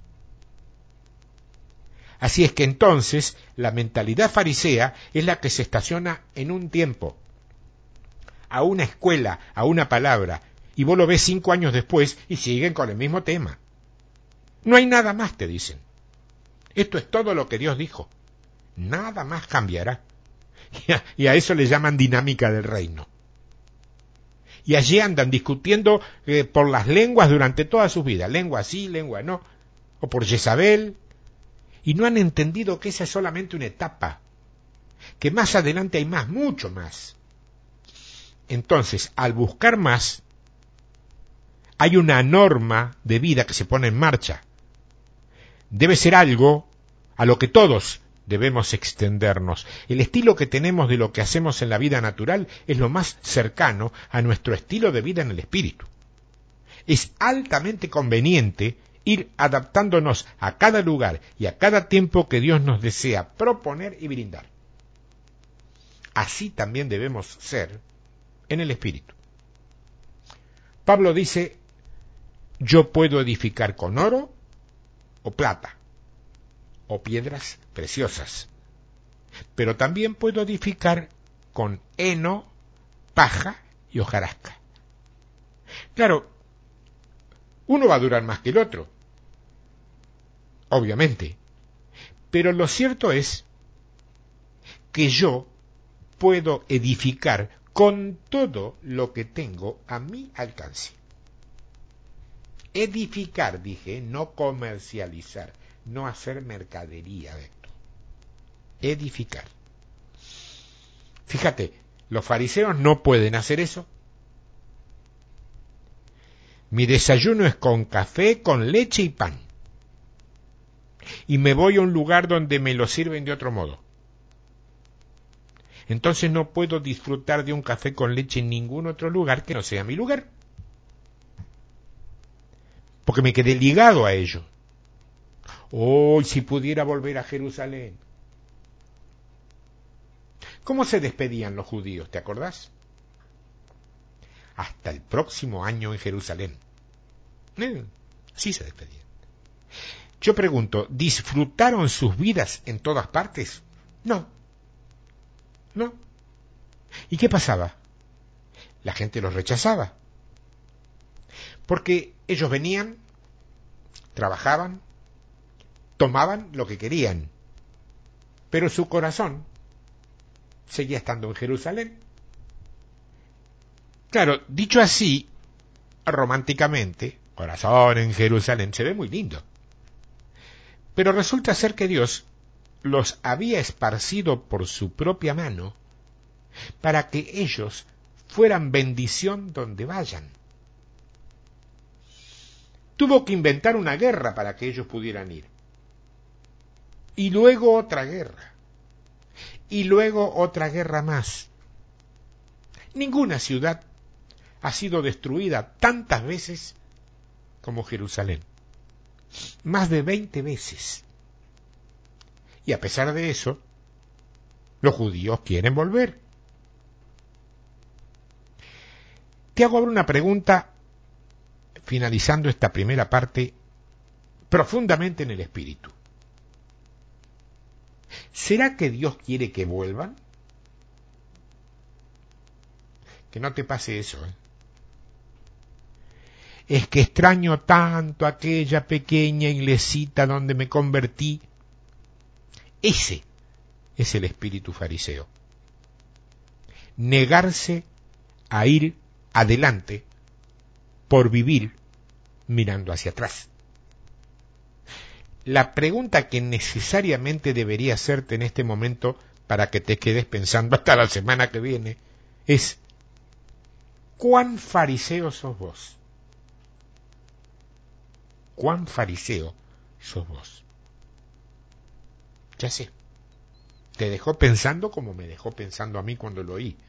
Así es que entonces la mentalidad farisea es la que se estaciona en un tiempo, a una escuela, a una palabra, y vos lo ves cinco años después y siguen con el mismo tema. No hay nada más, te dicen. Esto es todo lo que Dios dijo. Nada más cambiará. Y a, y a eso le llaman dinámica del reino. Y allí andan discutiendo eh, por las lenguas durante toda su vida. Lengua sí, lengua no. O por Jezabel. Y no han entendido que esa es solamente una etapa. Que más adelante hay más, mucho más. Entonces, al buscar más, hay una norma de vida que se pone en marcha. Debe ser algo a lo que todos debemos extendernos. El estilo que tenemos de lo que hacemos en la vida natural es lo más cercano a nuestro estilo de vida en el espíritu. Es altamente conveniente ir adaptándonos a cada lugar y a cada tiempo que Dios nos desea proponer y brindar. Así también debemos ser en el espíritu. Pablo dice, yo puedo edificar con oro o plata, o piedras preciosas, pero también puedo edificar con heno, paja y hojarasca. Claro, uno va a durar más que el otro, obviamente, pero lo cierto es que yo puedo edificar con todo lo que tengo a mi alcance. Edificar, dije, no comercializar, no hacer mercadería de esto. Edificar. Fíjate, los fariseos no pueden hacer eso. Mi desayuno es con café, con leche y pan. Y me voy a un lugar donde me lo sirven de otro modo. Entonces no puedo disfrutar de un café con leche en ningún otro lugar que no sea mi lugar. Porque me quedé ligado a ello. Oh, si pudiera volver a Jerusalén. ¿Cómo se despedían los judíos? ¿Te acordás? Hasta el próximo año en Jerusalén. Eh, sí se despedían. Yo pregunto, ¿disfrutaron sus vidas en todas partes? No. No. ¿Y qué pasaba? La gente los rechazaba. Porque ellos venían, trabajaban, tomaban lo que querían, pero su corazón seguía estando en Jerusalén. Claro, dicho así, románticamente, corazón en Jerusalén, se ve muy lindo. Pero resulta ser que Dios los había esparcido por su propia mano para que ellos fueran bendición donde vayan. Tuvo que inventar una guerra para que ellos pudieran ir. Y luego otra guerra. Y luego otra guerra más. Ninguna ciudad ha sido destruida tantas veces como Jerusalén. Más de veinte veces. Y a pesar de eso, los judíos quieren volver. Te hago ahora una pregunta, finalizando esta primera parte, profundamente en el espíritu. ¿Será que Dios quiere que vuelvan? Que no te pase eso, ¿eh? Es que extraño tanto aquella pequeña iglesita donde me convertí. Ese es el espíritu fariseo. Negarse a ir adelante por vivir mirando hacia atrás. La pregunta que necesariamente debería hacerte en este momento para que te quedes pensando hasta la semana que viene es: ¿cuán fariseo sos vos? ¿Cuán fariseo sos vos. Ya sé. Te dejó pensando como me dejó pensando a mí cuando lo oí.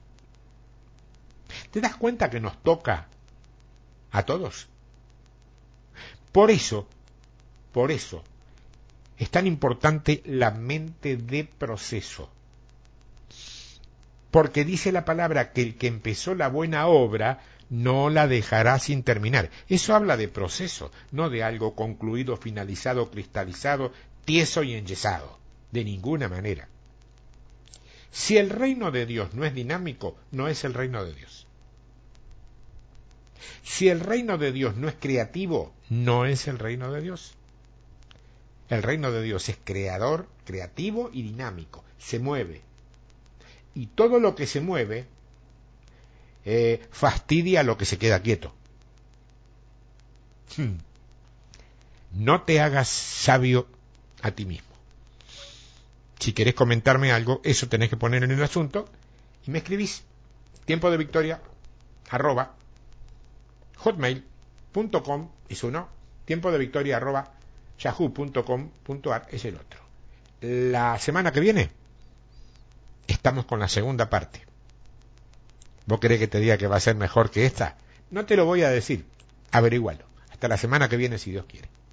¿Te das cuenta que nos toca a todos? Por eso, por eso, es tan importante la mente de proceso. Porque dice la palabra que el que empezó la buena obra no la dejará sin terminar. Eso habla de proceso, no de algo concluido, finalizado, cristalizado, tieso y enyesado. De ninguna manera. Si el reino de Dios no es dinámico, no es el reino de Dios. Si el reino de Dios no es creativo, no es el reino de Dios. El reino de Dios es creador, creativo y dinámico. Se mueve. Y todo lo que se mueve eh, fastidia a lo que se queda quieto. Hmm. No te hagas sabio a ti mismo. Si querés comentarme algo, eso tenés que poner en el asunto y me escribís tiempo de victoria arroba hotmail punto com es uno, tiempo de victoria arroba yahoo punto com punto ar es el otro. La semana que viene estamos con la segunda parte. ¿Vos querés que te diga que va a ser mejor que esta? No te lo voy a decir, averígualo. Hasta la semana que viene si Dios quiere.